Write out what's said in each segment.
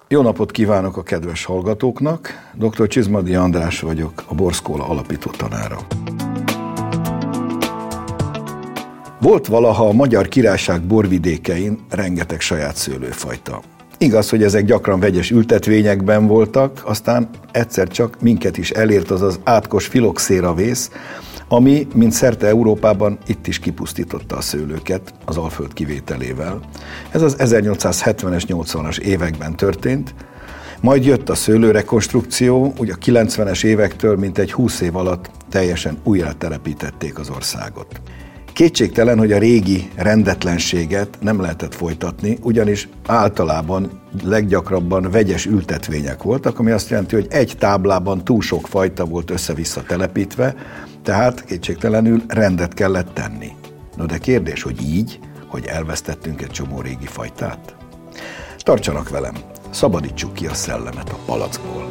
Jó napot kívánok a kedves hallgatóknak! Dr. Csizmadi András vagyok, a Borszkola alapító tanára. Volt valaha a Magyar Királyság borvidékein rengeteg saját szőlőfajta. Igaz, hogy ezek gyakran vegyes ültetvényekben voltak, aztán egyszer csak minket is elért az átkos filoxéravész, ami, mint szerte Európában, itt is kipusztította a szőlőket, az Alföld kivételével. Ez az 1870-es, 80-as években történt, majd jött a szőlőrekonstrukció, úgy a 90-es évektől mintegy 20 év alatt teljesen újra telepítették az országot. Kétségtelen, hogy a régi rendetlenséget nem lehetett folytatni, ugyanis általában leggyakrabban vegyes ültetvények voltak, ami azt jelenti, hogy egy táblában túl sok fajta volt össze-vissza telepítve, tehát kétségtelenül rendet kellett tenni. No de kérdés, hogy így, hogy elvesztettünk egy csomó régi fajtát? Tartsanak velem, szabadítsuk ki a szellemet a palackból.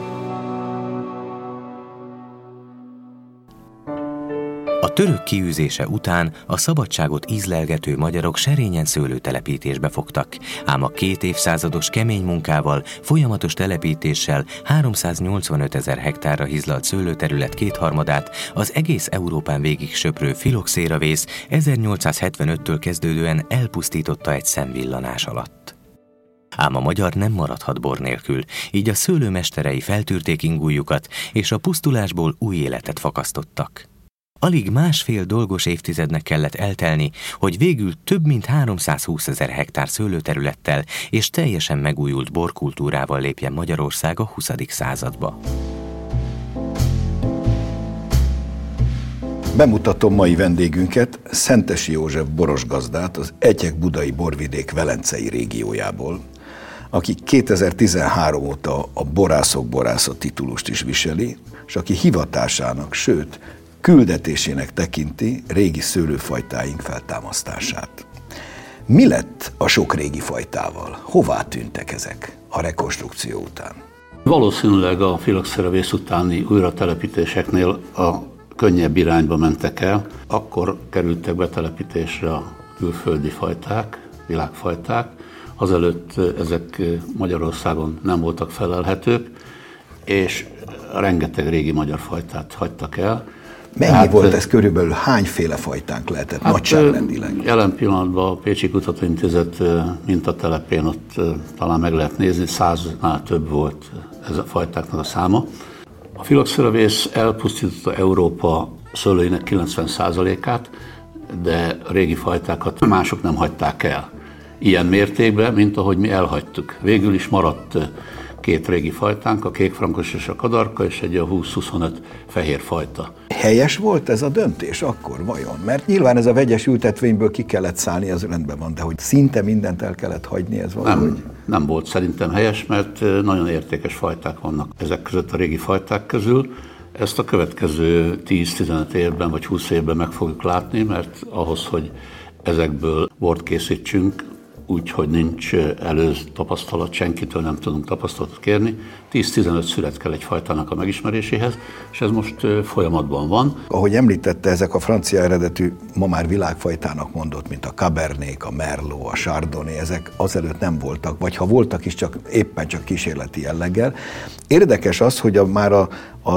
A török kiűzése után a szabadságot ízlelgető magyarok serényen szőlőtelepítésbe fogtak, ám a 2 évszázados kemény munkával, folyamatos telepítéssel 385 000 hektárra hizlalt szőlőterület kétharmadát az egész Európán végig söprő filoxéravész 1875-től kezdődően elpusztította egy szemvillanás alatt. Ám a magyar nem maradhat bor nélkül, így a szőlőmesterei feltűrték ingújukat, és a pusztulásból új életet fakasztottak. Alig másfél dolgos évtizednek kellett eltelni, hogy végül több mint 320 000 hektár szőlőterülettel és teljesen megújult borkultúrával lépjen Magyarország a 20. századba. Bemutatom mai vendégünket, Szentesi József borosgazdát, az Etyek-budai borvidék velencei régiójából, aki 2013 óta a borászok borásza titulust is viseli, és aki hivatásának, sőt, küldetésének tekinti régi szőlőfajtáink feltámasztását. Mi lett a sok régi fajtával? Hová tűntek ezek a rekonstrukció után? Valószínűleg a filoxéravész utáni újratelepítéseknél a könnyebb irányba mentek el. Akkor kerültek betelepítésre a külföldi fajták, világfajták. Azelőtt ezek Magyarországon nem voltak felelhetők, és rengeteg régi magyar fajtát hagytak el. Mennyi volt ez körülbelül? Hányféle fajtánk lehetett nagyságrendileg? Jelen pillanatban a Pécsi Kutatóintézet mintatelepén ott talán meg lehet nézni, 100-nál több volt ez a fajtáknak a száma. A filoxéravész elpusztította Európa szőlőinek 90%-át, de a régi fajtákat mások nem hagyták el. Ilyen mértékben, mint ahogy mi elhagytuk. Végül is maradt 2 régi fajtánk, a kékfrankos és a kadarka, és egy a 20-25 fehér fajta. Helyes volt ez a döntés akkor vajon? Mert nyilván ez a vegyes ültetvényből ki kellett szállni, az rendben van, de hogy szinte mindent el kellett hagyni, ez valahogy? Nem volt szerintem helyes, mert nagyon értékes fajták vannak ezek között, a régi fajták közül. Ezt a következő 10-15 évben vagy 20 évben meg fogjuk látni, mert ahhoz, hogy ezekből bort készítsünk, úgyhogy nincs előző tapasztalat, senkitől nem tudunk tapasztalatot kérni. 10-15 szület kell egy fajtának a megismeréséhez, és ez most folyamatban van. Ahogy említette, ezek a francia eredetű, ma már világfajtának mondott, mint a Cabernet, a Merlot, a Chardonnay, ezek azelőtt nem voltak, vagy ha voltak is, éppen csak kísérleti jelleggel. Érdekes az, hogy már a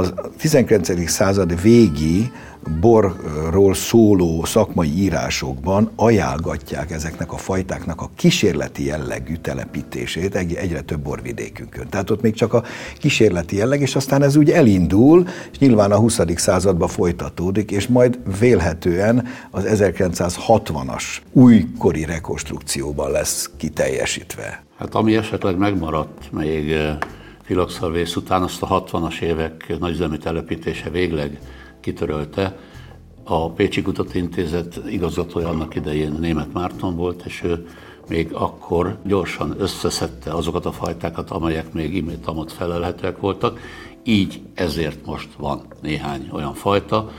19. század végi borról szóló szakmai írásokban ajánlgatják ezeknek a fajtáknak a kísérleti jellegű telepítését egyre több borvidékünkön. Tehát ott még csak a kísérleti jelleg, és aztán ez úgy elindul, és nyilván a 20. században folytatódik, és majd vélhetően az 1960-as újkori rekonstrukcióban lesz kiteljesítve. Hát ami esetleg megmaradt még filoxéravész után, azt a 60-as évek nagyüzemi telepítése végleg kitörölte. A Pécsi Kutatóintézet igazgatója annak idején Németh Márton volt, és ő még akkor gyorsan összeszedte azokat a fajtákat, amelyek még imétamot felelhetőek voltak. Így ezért most van néhány olyan fajta,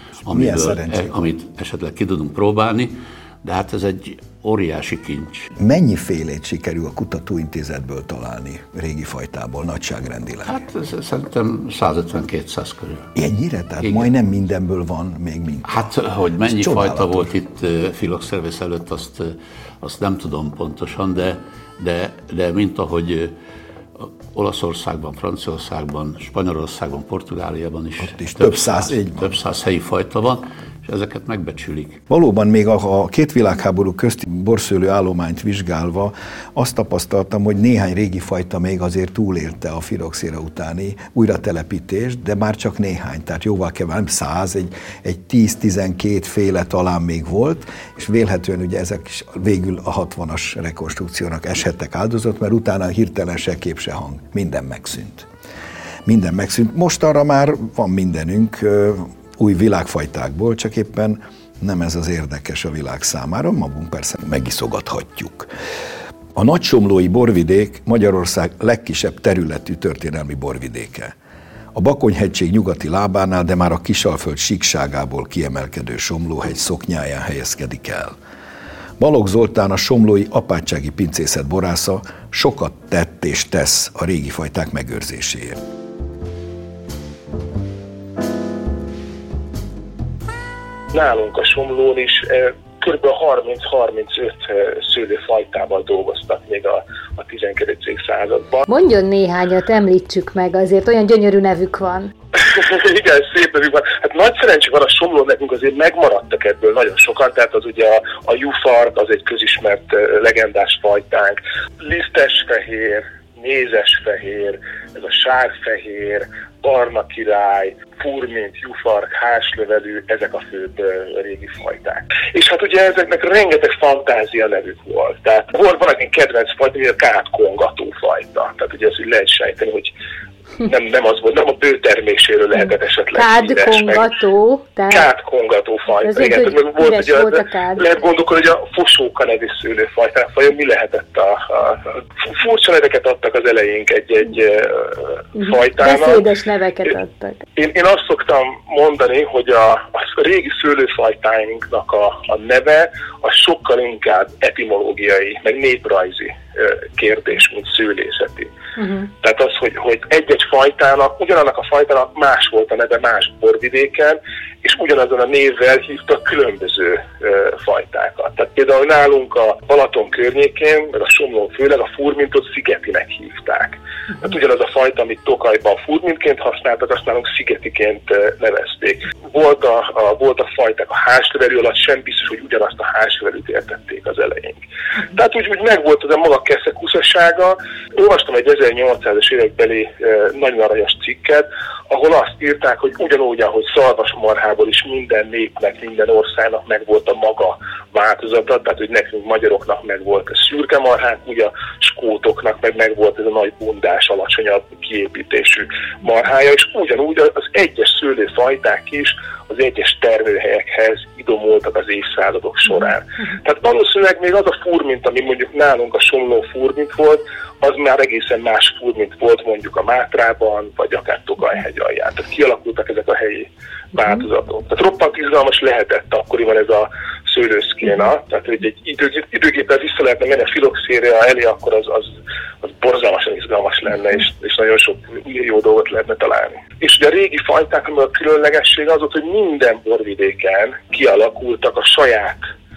amit esetleg ki tudunk próbálni, de hát ez egy óriási kincs. Mennyi félét sikerül a kutatóintézetből találni régi fajtából nagyságrendileg? Hát szerintem 150-200 körül. Ennyire? Tehát igen. Majdnem mindenből van még minta. Hát, hogy mennyi fajta volt itt filoxéravész előtt, azt nem tudom pontosan, de mint ahogy Olaszországban, Franciaországban, Spanyolországban, Portugáliában is több száz helyi fajta van, és ezeket megbecsülik. Valóban még a két világháború közti borszőlő állományt vizsgálva azt tapasztaltam, hogy néhány régi fajta még azért túlélte a filoxéra utáni újratelepítést, de már csak néhány, tehát jóval kevesebb, nem 100, egy 10-12 féle talán még volt, és vélhetően ugye ezek is végül a 60-as rekonstrukciónak eshettek áldozat, mert utána hirtelen se kép, se hang, minden megszűnt. Most arra már van mindenünk, új világfajtákból, csak éppen nem ez az érdekes a világ számára, magunk persze megiszogathatjuk. A nagysomlói borvidék Magyarország legkisebb területű történelmi borvidéke. A Bakony-hegység nyugati lábánál, de már a Kisalföld síkságából kiemelkedő Somlóhegy szoknyáján helyezkedik el. Balogh Zoltán, a somlói apátsági pincészet borásza sokat tett és tesz a régi fajták megőrzéséért. Nálunk a Somlón is kb. 30-35 szőlőfajtával dolgoztak még a 19. században. Mondjon néhányat, említsük meg, azért olyan gyönyörű nevük van. Igen, szép nevük van. Hát nagy szerencsé van a Somlón, nekünk azért megmaradtak ebből nagyon sokan, tehát az ugye a Jufart, az egy közismert legendás fajtánk. Lisztes fehér, mézes fehér, ez a sárfehér, barna király, furmint, jufark, háslövelű, ezek a főbb régi fajták. És hát ugye ezeknek rengeteg fantázia nevük volt. Tehát van egy kedvenc fajta, ami a kátkongató fajta. Tehát ugye ezt úgy lehet sejteni, hogy nem az volt, nem a bőterméséről lehetett esetleg. Kádkongató. Kádkongató fajta. Igen, volt, lehet gondolkodni, hogy a fosóka nevű szőlőfajtának vajon mi lehetett furcsa neveket adtak az elejénk egy fajtának. Beszédes neveket adtak. Én azt szoktam mondani, hogy a régi szőlőfajtáinknak a neve az sokkal inkább etimológiai, meg néprajzi kérdés, mint szőlészeti. Tehát az, hogy egy-egy fajtának, ugyanannak a fajtának más volt a neve más borvidéken, és ugyanazon a névvel hívtak különböző fajtákat. Tehát például nálunk a Balaton környékén, meg a Somlón főleg a furmintot szigetinek hívták. Tehát ugyanaz a fajta, amit Tokajban furmintként használtak, azt nálunk szigetiként nevezték. Volt a fajták a háslövelű alatt, sem biztos, hogy ugyanazt a háslövelűt értették az elején. Tehát úgy megvolt az a maga keszekuszasága. Olvastam egy 1800-as évekbeli nagyon aranyos cikket, ahol azt írták, hogy ugyanúgy, ahogy szarvasmarhából is minden népnek, minden országnak megvolt a maga változata, tehát hogy nekünk magyaroknak megvolt a szürke marhánk, ugye a skótoknak megvolt ez a nagy bundás, alacsonyabb kiépítésű marhája, és ugyanúgy az egyes szőlőfajták is az egyes termőhelyekhez idomultak az évszázadok során. Tehát valószínűleg még az a furmint, ami mondjuk nálunk a Somlón furmint volt, az már egészen más furmint volt mondjuk a Mátrában, vagy akár Tokaj-hegy alján. Tehát kialakultak ezek a helyi változatok. Tehát roppant izgalmas lehetett akkoriban ez a szőlőszkéna, tehát hogy egy időgéppel vissza lehetne menni a filoxéria elé, akkor az borzalmasan izgalmas lenne, és nagyon sok jó dolgot lehetne találni. És ugye a régi fajták, a különlegesség az volt, hogy minden borvidéken kialakultak a saját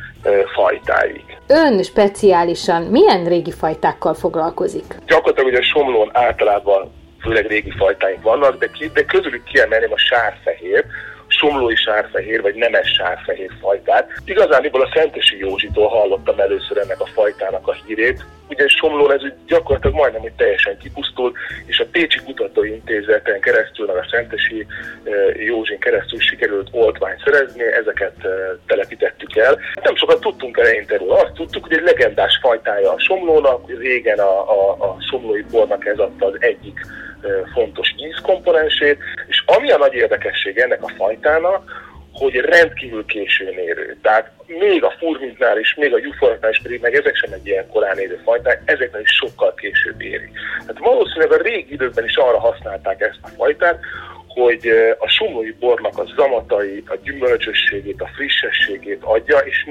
fajtáig. Ön speciálisan milyen régi fajtákkal foglalkozik? Gyakorlatilag ugye a Somlón általában főleg régi fajtáink vannak, de közülük kiemelném a sárfehér, somlói sárfehér, vagy nemes sárfehér fajtát. Igazániból a Szentesi Józsitól hallottam először ennek a fajtának a hírét. Ugye Somlón ez gyakorlatilag majdnem, hogy teljesen kipusztult, és a Pécsi Kutatóintézeten keresztül, a Szentesi Józsin keresztül sikerült oltványt szerezni, ezeket telepítettük el. Nem sokat tudtunk eleinte róla, azt tudtuk, hogy egy legendás fajtája a Somlónak, régen a somlói bornak ez adta az egyik fontos ízkomponensét, és ami a nagy érdekesség ennek a fajtának, hogy rendkívül későn érő. Tehát még a furmintnál is, még a jufarknál is, pedig meg ezek sem egy ilyen korán érő fajták, ezeknél is sokkal később éri. Tehát valószínűleg a régi időkben is arra használták ezt a fajtát, hogy a somlói bornak a zamatait, a gyümölcsösségét, a frissességét adja, és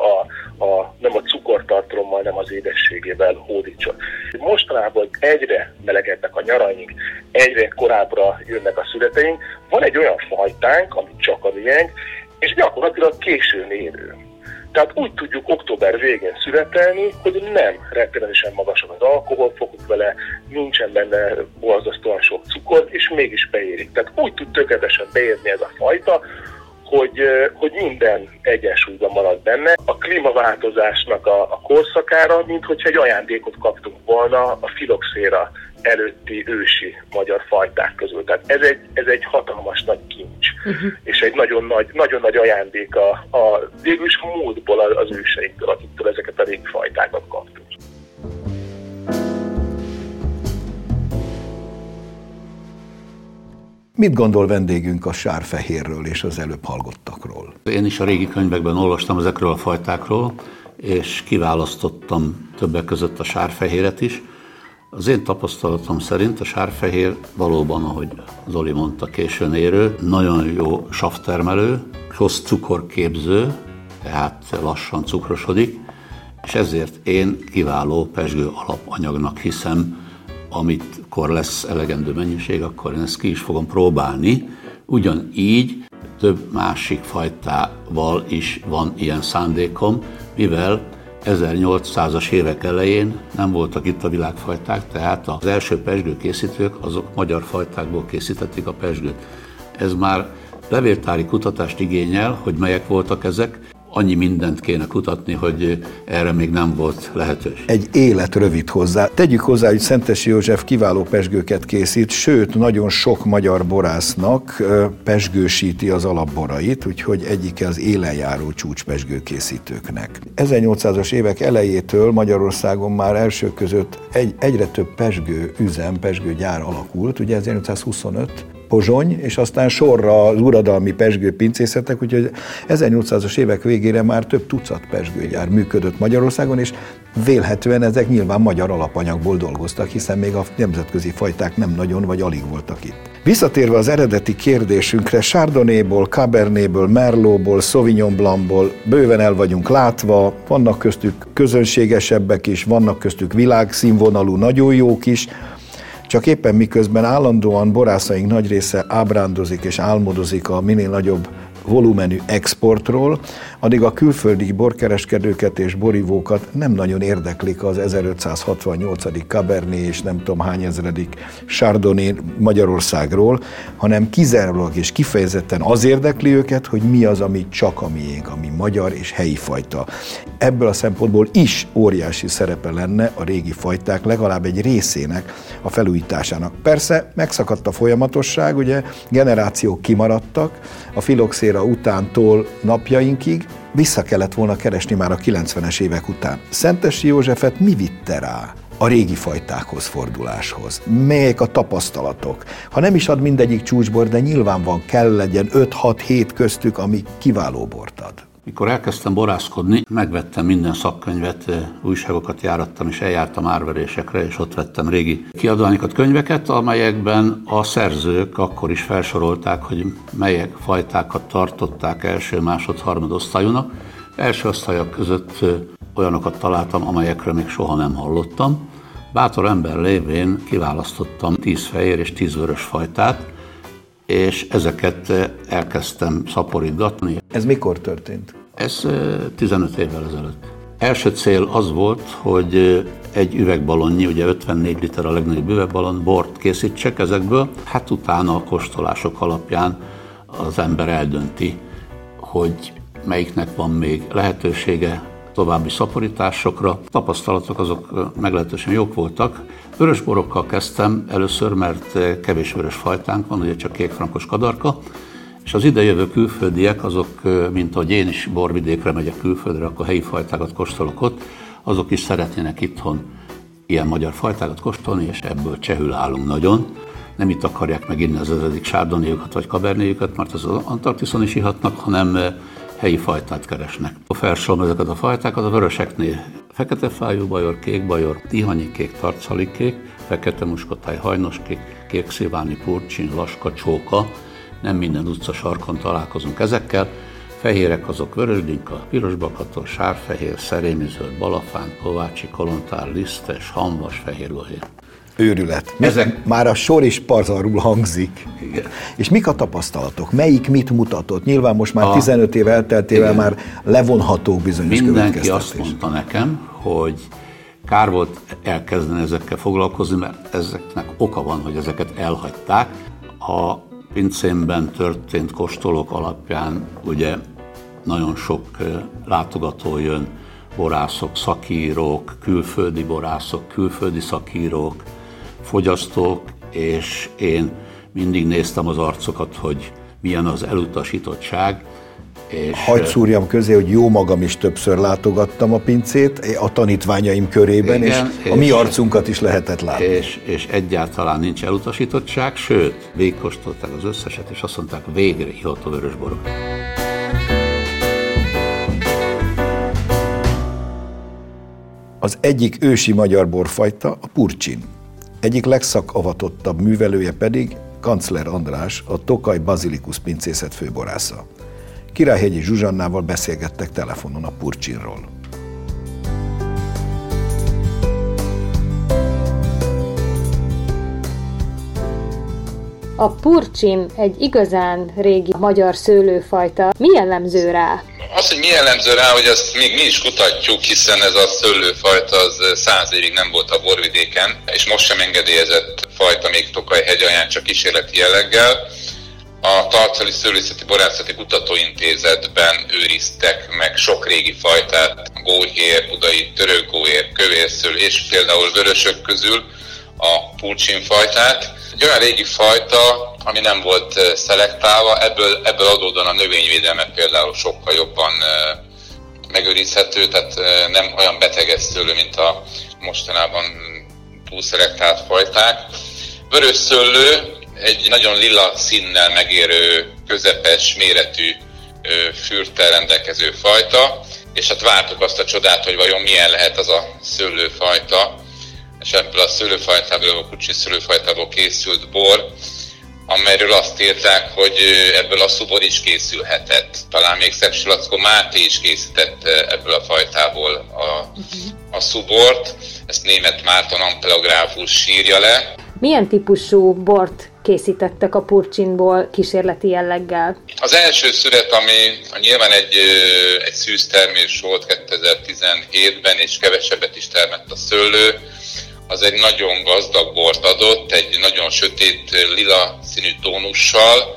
nem a cukortartalommal, nem az édességével hódítsa. Mostanában egyre melegebbek a nyaraink, egyre korábbra jönnek a születeink. Van egy olyan fajtánk, ami csak a miénk, és gyakorlatilag későn érő. Tehát úgy tudjuk október végén születelni, hogy nem rettenetesen magasak az alkoholfokuk vele, nincsen benne borzasztóan sok cukor, és mégis beérik. Tehát úgy tud tökéletesen beérni ez a fajta, hogy minden egyensúlyban marad benne. A klímaváltozásnak a korszakára, mint hogyha egy ajándékot kaptunk volna a filoxéra előtti ősi magyar fajták közül. Tehát ez egy hatalmas nagy kincs, és egy nagyon nagy ajándék végül is a múltból az őseinktől, akiktől ezeket a régi fajtákat kaptunk. Mit gondol vendégünk a sárfehérről és az előbb hallottakról? Én is a régi könyvekben olvastam ezekről a fajtákról, és kiválasztottam többek között a sárfehéret is. Az én tapasztalatom szerint a sárfehér valóban, ahogy Zoli mondta, későn érő, nagyon jó savtermelő, rossz cukorképző, tehát lassan cukrosodik, és ezért én kiváló pezsgő alapanyagnak hiszem, amikor lesz elegendő mennyiség, akkor én ezt ki is fogom próbálni. Ugyanígy több másik fajtával is van ilyen szándékom, mivel 1800-as évek elején nem voltak itt a világfajták, tehát az első pezsgőkészítők azok magyar fajtákból készítették a pezsgőt. Ez már levéltári kutatást igényel, hogy melyek voltak ezek. Annyi mindent kéne kutatni, hogy erre még nem volt lehetőség. Egy élet rövid hozzá. Tegyük hozzá, hogy Szentesi József kiváló pezsgőket készít, sőt, nagyon sok magyar borásznak pezsgősíti az alapborait, úgyhogy egyike az élenjáró csúcspezsgőkészítőknek. 1800-as évek elejétől Magyarországon már elsők között egyre több pezsgőüzem, pezsgőgyár alakult, ugye 1825, Pozsony, és aztán sorra az uradalmi pezsgőpincészetek, úgyhogy 1800-as évek végére már több tucat pezsgőgyár működött Magyarországon, és vélhetően ezek nyilván magyar alapanyagból dolgoztak, hiszen még a nemzetközi fajták nem nagyon vagy alig voltak itt. Visszatérve az eredeti kérdésünkre, Chardonnayból, Cabernetből, Merlotból, Sauvignon Blancból bőven el vagyunk látva, vannak köztük közönségesebbek is, vannak köztük világszínvonalú, nagyon jók is, csak éppen miközben állandóan borászaink nagy része ábrándozik és álmodozik a minél nagyobb volumenű exportról, addig a külföldi borkereskedőket és borivókat nem nagyon érdeklik az 1568. Cabernet és nem tudom hány ezredik Chardonnay Magyarországról, hanem kizárólag és kifejezetten az érdekli őket, hogy mi az, ami csak a miénk, ami magyar és helyi fajta. Ebből a szempontból is óriási szerepe lenne a régi fajták legalább egy részének a felújításának. Persze megszakadt a folyamatosság, ugye generációk kimaradtak, a filoxéra utántól napjainkig, vissza kellett volna keresni már a 90-es évek után. Szentesi Józsefet mi vitte rá a régi fajtákhoz forduláshoz? Melyek a tapasztalatok? Ha nem is ad mindegyik csúcsbor, de nyilván van, kell legyen 5-6-7 köztük, ami kiváló bort ad. Mikor elkezdtem borászkodni, megvettem minden szakkönyvet, újságokat járattam, és eljártam árverésekre, és ott vettem régi kiadványokat, könyveket, amelyekben a szerzők akkor is felsorolták, hogy melyek fajtákat tartották első, másod, harmad osztályúnak. Első osztályok között olyanokat találtam, amelyekről még soha nem hallottam. Bátor ember lévén kiválasztottam 10 fehér és 10 vörös fajtát, és ezeket elkezdtem szaporítgatni. Ez mikor történt? Ez 15 évvel ezelőtt. Első cél az volt, hogy egy üvegballonnyi, ugye 54 liter a legnagyobb üvegballon, bort készítsek ezekből. Hát utána a kóstolások alapján az ember eldönti, hogy melyiknek van még lehetősége további szaporításokra. Tapasztalatok azok meglehetősen jók voltak. Vörös borokkal kezdtem először, mert kevés vörös fajtánk van, ugye csak kékfrankos kadarka, és az idejövő külföldiek, azok, mint ahogy én is borvidékre megyek külföldre, akkor helyi fajtákat kóstolok ott, azok is szeretnének itthon ilyen magyar fajtákat kóstolni, és ebből csehül állunk nagyon. Nem itt akarják meginni az ezedik Chardonnayjukat vagy Cabernetjukat, mert az Antarktiszon is ihatnak, hanem helyi fajtát keresnek. Felsorolom ezeket a fajtákat, a vöröseknél fekete fájú bajor, kék bajor, tihanyi kék, tarcali kék, fekete muskotáj, hajnos kék, kék szilváni, purcsin, laska, csóka. Nem minden utca sarkon találkozunk ezekkel. Fehérek azok vörösdinka, pirosbakatos, sárfehér, szerémizöld, balafán, kovácsi, kolontár, lisztes, hamvas, fehérgohér. Őrület. Ezek már a sor is pazarul hangzik. Igen. És mik a tapasztalatok? Melyik mit mutatott? Nyilván most már 15 év elteltével már levonható bizonyos következtetés. Mindenki azt mondta nekem, hogy kár volt elkezdeni ezekkel foglalkozni, mert ezeknek oka van, hogy ezeket elhagyták. A pincémben történt kóstolók alapján ugye nagyon sok látogató jön, borászok, szakírók, külföldi borászok, külföldi szakírók, fogyasztók, és én mindig néztem az arcokat, hogy milyen az elutasítottság. Hadd szúrjam közé, hogy jó magam is többször látogattam a pincét, a tanítványaim körében, igen, és a mi arcunkat is lehetett látni. És egyáltalán nincs elutasítottság, sőt, végigkóstolták az összeset, és azt mondták, végre iható vörösborok. Az egyik ősi magyar borfajta a Purcsin. Egyik legszakavatottabb művelője pedig Kancler András, a Tokaj Bazilikus pincészet főborásza. Királyhegyi Zsuzsannával beszélgettek telefonon a Purcsinról. A Purcsin egy igazán régi magyar szőlőfajta. Mi jellemző rá? Az, hogy mi jellemző rá, hogy azt még mi is kutatjuk, hiszen ez a szőlőfajta az 100 évig nem volt a borvidéken, és most sem engedélyezett fajta még Tokaj-hegyalján, csak kísérleti jelleggel. A Tarcali Szőlészeti Borászati Kutatóintézetben őriztek meg sok régi fajtát, gólyhér, budai törökgólyhér, kövérszőlő és például vörösök közül a Purcsin fajtát. Egy olyan régi fajta, ami nem volt szelektálva, ebből adódóan a növényvédelme például sokkal jobban megőrizhető, tehát nem olyan beteges szőlő, mint a mostanában túlszelektált fajták. Vörösszőlő egy nagyon lila színnel megérő, közepes méretű fürttel rendelkező fajta, és hát vártuk azt a csodát, hogy vajon milyen lehet az a szőlőfajta, és ebből a szőlőfajtából, a Purcsin szőlőfajtából készült bor, amelyről azt írták, hogy ebből a szubor is készülhetett. Talán még Szepsi Lackó Máté is készített ebből a fajtából a szubort. Ezt német Márton ampelográfus írja le. Milyen típusú bort készítettek a Purcsinból kísérleti jelleggel? Az első szület, ami nyilván egy szűztermés volt 2017-ben, és kevesebbet is termett a szőlő, az egy nagyon gazdag bort adott, egy nagyon sötét lila színű tónussal,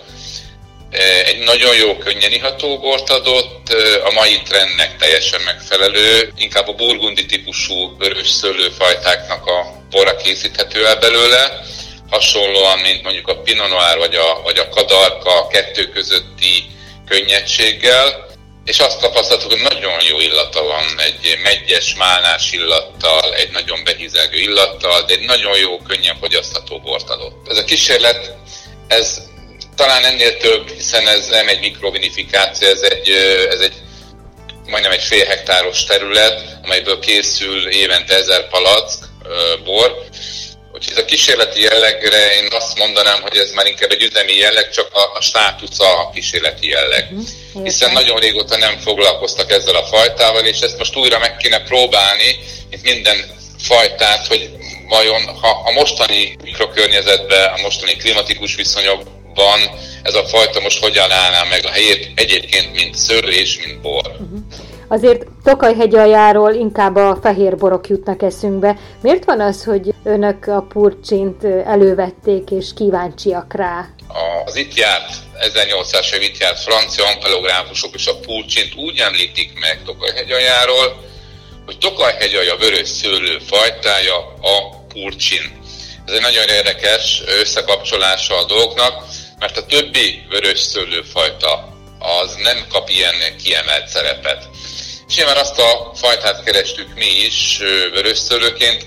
egy nagyon jó könnyen iható bort adott, a mai trendnek teljesen megfelelő, inkább a burgundi típusú vörös szőlőfajtáknak a borra készíthető el belőle, hasonlóan, mint mondjuk a Pinot Noir vagy a Kadarka kettő közötti könnyedséggel, és azt tapasztaltuk, hogy nagyon jó illata van, egy meggyes, málnás illattal, egy nagyon behízelgő illattal, de egy nagyon jó, könnyen fogyasztható bort adott. Ez a kísérlet, ez talán ennél több, hiszen ez nem egy mikrovinifikáció, ez egy majdnem egy fél hektáros terület, amelyből készül évente 1000 palack bor. Úgyhogy ez a kísérleti jellegre én azt mondanám, hogy ez már inkább egy üzemi jelleg, csak a státusza a kísérleti jelleg. Hiszen nagyon régóta nem foglalkoztak ezzel a fajtával, és ezt most újra meg kéne próbálni, mint minden fajtát, hogy vajon ha a mostani mikrokörnyezetben, a mostani klimatikus viszonyokban ez a fajta most hogyan állná meg a helyét egyébként, mint szőlő és mint bor. Azért Tokaj-hegyaljáról inkább a fehér borok jutnak eszünkbe. Miért van az, hogy önök a Purcsint elővették és kíváncsiak rá? Az itt járt, 1800-as év itt járt francia ampelográfusok és a Purcsint úgy említik meg Tokaj-hegyaljáról, hogy Tokaj-hegyalja vörös szőlő fajtája a Purcsin. Ez egy nagyon érdekes összekapcsolása a dolgoknak, mert a többi vörös szőlőfajta az nem kap ilyen kiemelt szerepet. És nyilván azt a fajtát kerestük mi is vörösszőlőként,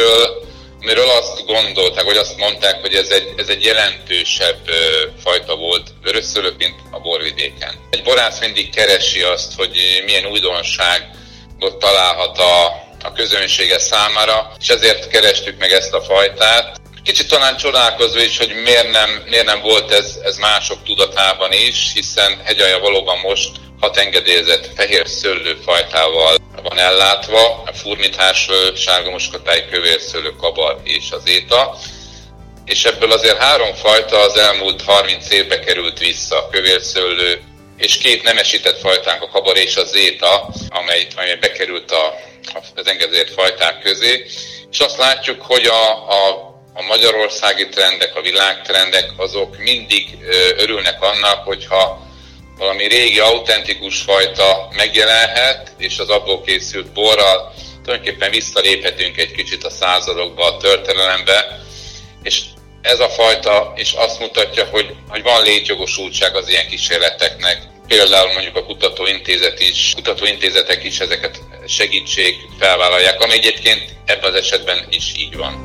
amiről azt gondolták, vagy azt mondták, hogy ez egy jelentősebb fajta volt vörösszőlőként a borvidéken. Egy borász mindig keresi azt, hogy milyen újdonságot találhat a közönsége számára, és ezért kerestük meg ezt a fajtát. Kicsit talán csodálkozó is, hogy miért nem volt ez mások tudatában is, hiszen Hegyalja valóban most 6 engedélyezett fehér szőlőfajtával van ellátva, a furmithás, sárga muskotáj, kövérszőlő, kabar és az éta. És ebből azért 3 fajta az elmúlt 30 évbe került vissza, a kövérszőlő, és 2 nemesített fajtánk, a kabar és az éta, amely bekerült az engedélyezett fajták közé. És azt látjuk, hogy a magyarországi trendek, a világtrendek, azok mindig örülnek annak, hogyha valami régi, autentikus fajta megjelenhet, és az abból készült borral tulajdonképpen visszaléphetünk egy kicsit a századokba, a történelembe, és ez a fajta is azt mutatja, hogy van létjogosultság az ilyen kísérleteknek. Például mondjuk a kutatóintézetek is ezeket segítség felvállalják, ami egyébként ebben az esetben is így van.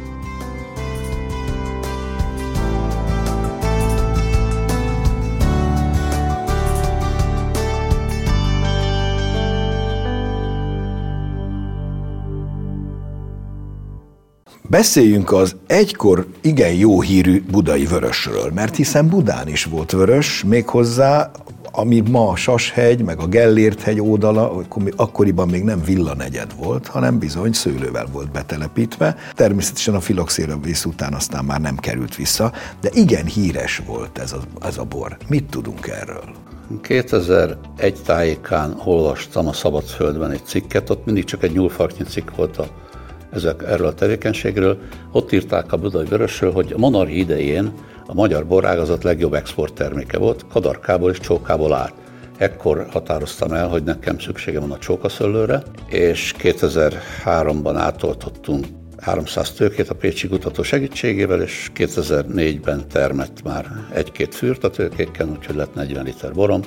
Beszéljünk az egykor igen jó hírű budai vörösről, mert hiszen Budán is volt vörös, méghozzá, ami ma a Sashegy, meg a Gellért-hegy oldala, akkoriban még nem villanegyed volt, hanem bizony szőlővel volt betelepítve. Természetesen a filoxéravész után aztán már nem került vissza, de igen híres volt ez a bor. Mit tudunk erről? 2001 tájékán olvastam a Szabadföldben egy cikket, ott mindig csak egy nyúlfarknyi cikk volt erről a tevékenységről. Ott írták a budai vörösről, hogy a monarchia idején a magyar borágazat legjobb exportterméke volt, kadarkából és csókából állt. Ekkor határoztam el, hogy nekem szüksége van a csókaszőlőre, és 2003-ban átoltottunk 300 tőkét a pécsi kutató segítségével, és 2004-ben termett már 1-2 fűrt a tőkéken, úgyhogy lett 40 liter borom,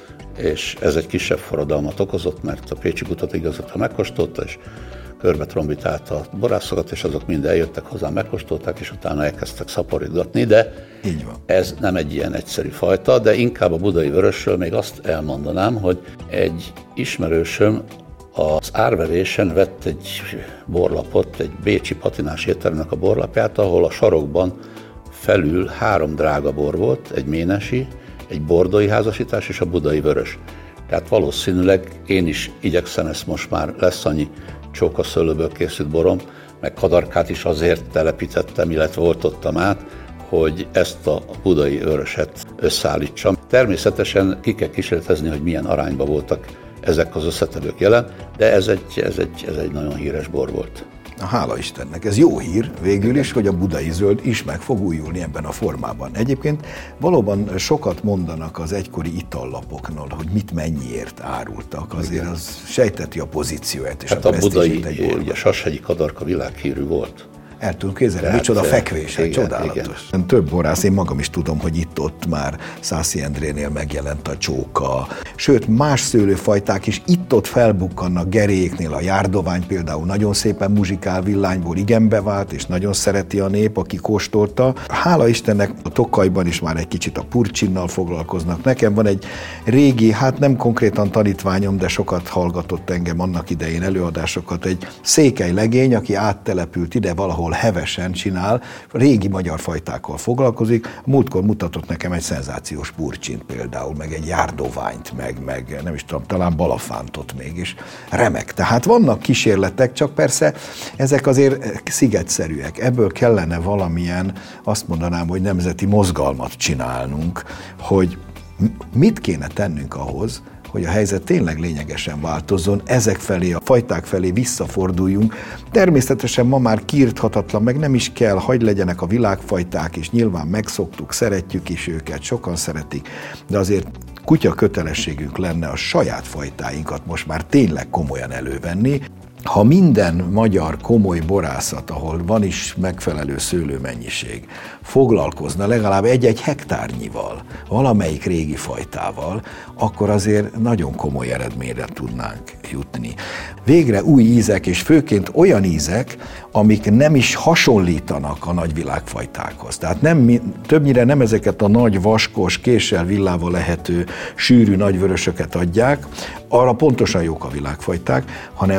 és ez egy kisebb forradalmat okozott, mert a pécsi kutatóigazgató megkóstolta, és körbe trombitálta a borászokat, és azok mind eljöttek hozzám, megkóstolták, és utána elkezdtek szaporítgatni, de így van. Ez nem egy ilyen egyszerű fajta, de inkább a budai vörösről még azt elmondanám, hogy egy ismerősöm az árverésen vett egy borlapot, egy bécsi patinás étteremnek a borlapját, ahol a sarokban felül 3 drága bor volt, egy ménesi, egy bordói házasítás és a budai vörös. Tehát valószínűleg én is igyekszem, ezt most már lesz annyi csókaszőlőből készült borom, meg kadarkát is azért telepítettem, illetve oltottam át, hogy ezt a budai vöröset összeállítsam. Természetesen ki kell kísérletezni, hogy milyen arányban voltak ezek az összetevők jelen, de ez egy nagyon híres bor volt. Hála Istennek, ez jó hír végül is, hogy a budai zöld is meg fog újulni ebben a formában. Egyébként valóban sokat mondanak az egykori itallapoknál, hogy mit mennyiért árultak, azért az sejteti a pozícióját és hát a budai, ugye Sashegyi kadarka világhírű volt. El tudom képzelni, micsoda fekvés, igen, csodálatos. Igen. Több borász, én magam is tudom, hogy itt-ott már Szászi Endrénél megjelent a csóka, sőt más szőlőfajták is itt-ott felbukkannak, geréknél a járdovány például nagyon szépen muzsikál villányból, igen bevált, és nagyon szereti a nép, aki kóstolta. Hála Istennek a Tokajban is már egy kicsit a purcsinnal foglalkoznak. Nekem van egy régi, hát nem konkrétan tanítványom, de sokat hallgatott engem annak idején előadásokat, egy székely legény, aki áttelepült ide valahol hevesen csinál, régi magyar fajtákkal foglalkozik. Múltkor mutatott nekem egy szenzációs purcsint például, meg egy járdoványt, meg nem is tudom, talán balafántot mégis. Remek. Tehát vannak kísérletek, csak persze ezek azért szigetszerűek. Ebből kellene valamilyen, azt mondanám, hogy nemzeti mozgalmat csinálnunk, hogy mit kéne tennünk ahhoz, hogy a helyzet tényleg lényegesen változzon, ezek felé, a fajták felé visszaforduljunk. Természetesen ma már kiirthatatlan, meg nem is kell, hagy legyenek a világfajták, és nyilván megszoktuk, szeretjük is őket, sokan szeretik, de azért kutya kötelességünk lenne a saját fajtáinkat most már tényleg komolyan elővenni. Ha minden magyar komoly borászat, ahol van is megfelelő szőlőmennyiség, foglalkozna legalább 1-1 hektárnyival, valamelyik régi fajtával, akkor azért nagyon komoly eredményre tudnánk jutni. Végre új ízek, és főként olyan ízek, amik nem is hasonlítanak a nagyvilágfajtákhoz. Tehát többnyire nem ezeket a nagy, vaskos, késsel, villával lehető, sűrű nagyvörösöket adják, arra pontosan jók a világfajták, hanem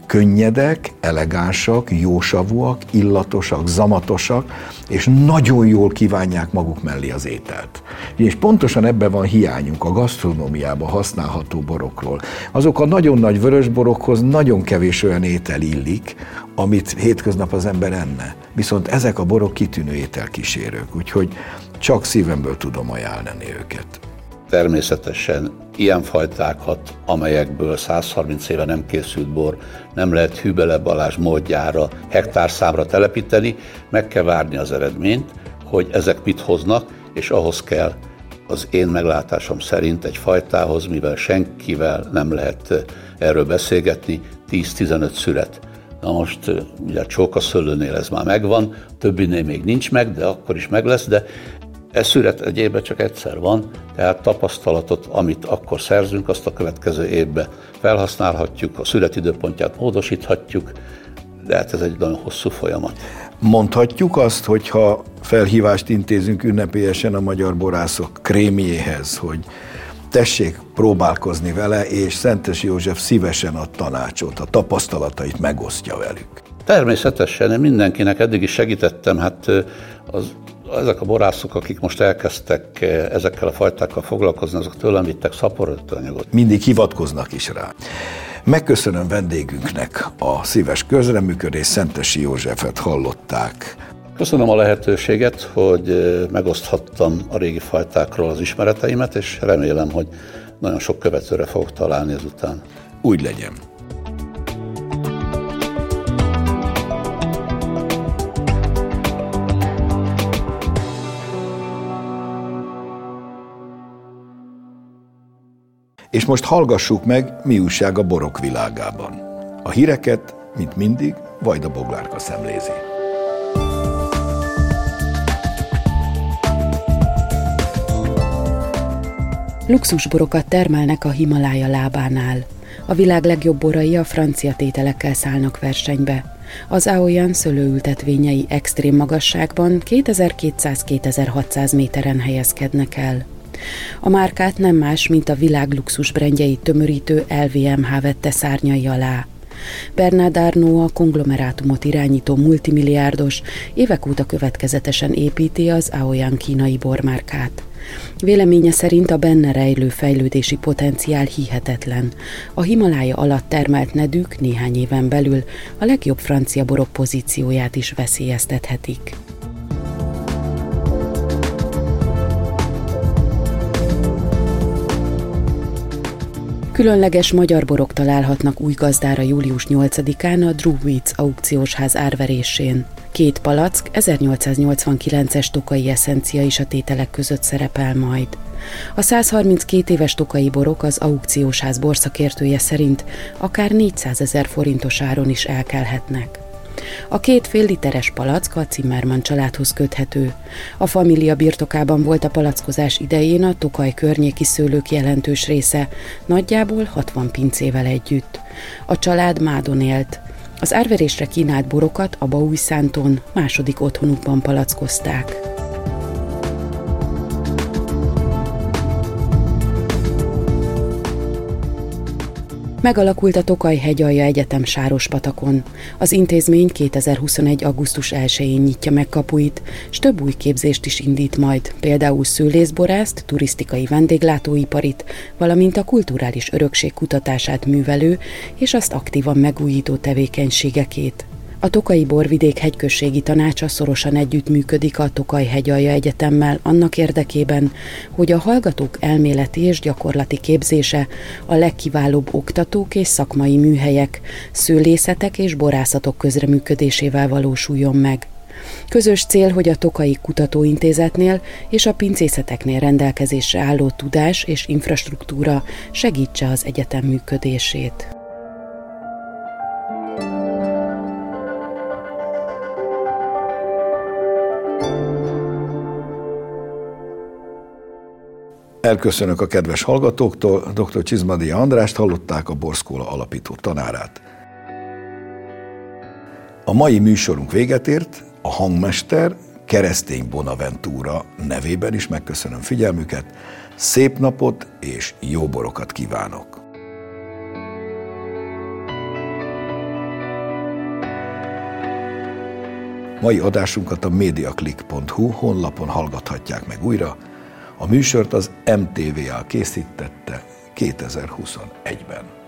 könnyedek, elegánsak, jósavúak, illatosak, zamatosak, és nagyon jól kívánják maguk mellé az ételt. És pontosan ebben van hiányunk a gasztronómiában használható borokról. Azok a nagyon nagy vörösborokhoz nagyon kevés olyan étel illik, amit hétköznap az ember enne. Viszont ezek a borok kitűnő ételkísérők, úgyhogy csak szívemből tudom ajánlani őket. Természetesen ilyen fajtákat, amelyekből 130 éve nem készült bor, nem lehet Hübele Balázs módjára hektárszámra telepíteni, meg kell várni az eredményt, hogy ezek mit hoznak, és ahhoz kell az én meglátásom szerint egy fajtához, mivel senkivel nem lehet erről beszélgetni, 10-15 szület. Na most ugye a csókaszőlőnél ez már megvan, többinél még nincs meg, de akkor is meg lesz, de ez szület egy évben csak egyszer van, tehát tapasztalatot, amit akkor szerzünk, azt a következő évben felhasználhatjuk, a születidőpontját módosíthatjuk, de hát ez egy nagyon hosszú folyamat. Mondhatjuk azt, hogyha felhívást intézünk ünnepélyesen a magyar borászok krémjéhez, hogy tessék próbálkozni vele, és Szentesi József szívesen ad tanácsot, a tapasztalatait megosztja velük. Természetesen, én mindenkinek eddig is segítettem, hát ezek a borászok, akik most elkezdtek ezekkel a fajtákkal foglalkozni, azok tőlem vittek szaporítóanyagot. Mindig hivatkoznak is rá. Megköszönöm vendégünknek a szíves közreműködést, Szentesi Józsefet hallották. Köszönöm a lehetőséget, hogy megoszthattam a régi fajtákról az ismereteimet, és remélem, hogy nagyon sok követőre fogok találni ezután. Úgy legyen. És most hallgassuk meg, mi újság a borok világában. A híreket, mint mindig, Vajda Boglárka szemlézi. Luxusborokat termelnek a Himalája lábánál. A világ legjobb borai a francia tételekkel szállnak versenybe. Az Aoyan szőlőültetvényei extrém magasságban 2200-2600 méteren helyezkednek el. A márkát nem más, mint a világ luxus brendjeit tömörítő LVMH vette szárnyai alá. Bernard Arnault, a konglomerátumot irányító multimilliárdos, évek óta következetesen építi az Aoyan kínai bormárkát. Véleménye szerint a benne rejlő fejlődési potenciál hihetetlen. A Himalája alatt termelt nedűk néhány éven belül a legjobb francia borok pozícióját is veszélyeztethetik. Különleges magyar borok találhatnak új gazdára július 8-án a Druids aukciósház árverésén. 2 palack 1889-es tokai eszencia is a tételek között szerepel majd. A 132 éves tokai borok az aukciósház borszakértője szerint akár 400 000 forintos áron is elkelhetnek. A 2 fél literes palack a Zimmermann családhoz köthető. A família birtokában volt a palackozás idején a Tokaj környéki szőlők jelentős része, nagyjából 60 pincével együtt. A család Mádon élt. Az árverésre kínált borokat a Baújszántón második otthonukban palackozták. Megalakult a Tokaj Hegyalja Egyetem Sárospatakon. Az intézmény 2021. augusztus 1-én nyitja meg kapuit, s több új képzést is indít majd, például szőlészborászt, turisztikai vendéglátóiparit, valamint a kulturális örökség kutatását művelő és azt aktívan megújító tevékenységekét. A Tokaji Borvidék Hegyközségi Tanácsa szorosan együttműködik a Tokaj Hegyalja Egyetemmel annak érdekében, hogy a hallgatók elméleti és gyakorlati képzése a legkiválóbb oktatók és szakmai műhelyek, szőlészetek és borászatok közreműködésével valósuljon meg. Közös cél, hogy a Tokaji Kutatóintézetnél és a pincészeteknél rendelkezésre álló tudás és infrastruktúra segítse az egyetem működését. Elköszönök a kedves hallgatóktól, dr. Csizmadia Andrást hallották, a Borszkola alapító tanárát. A mai műsorunk véget ért, a hangmester Keresztény Bonaventura nevében is megköszönöm figyelmüket, szép napot és jó borokat kívánok! Mai adásunkat a mediaclick.hu honlapon hallgathatják meg újra. A műsort az MTVA készítette 2021-ben.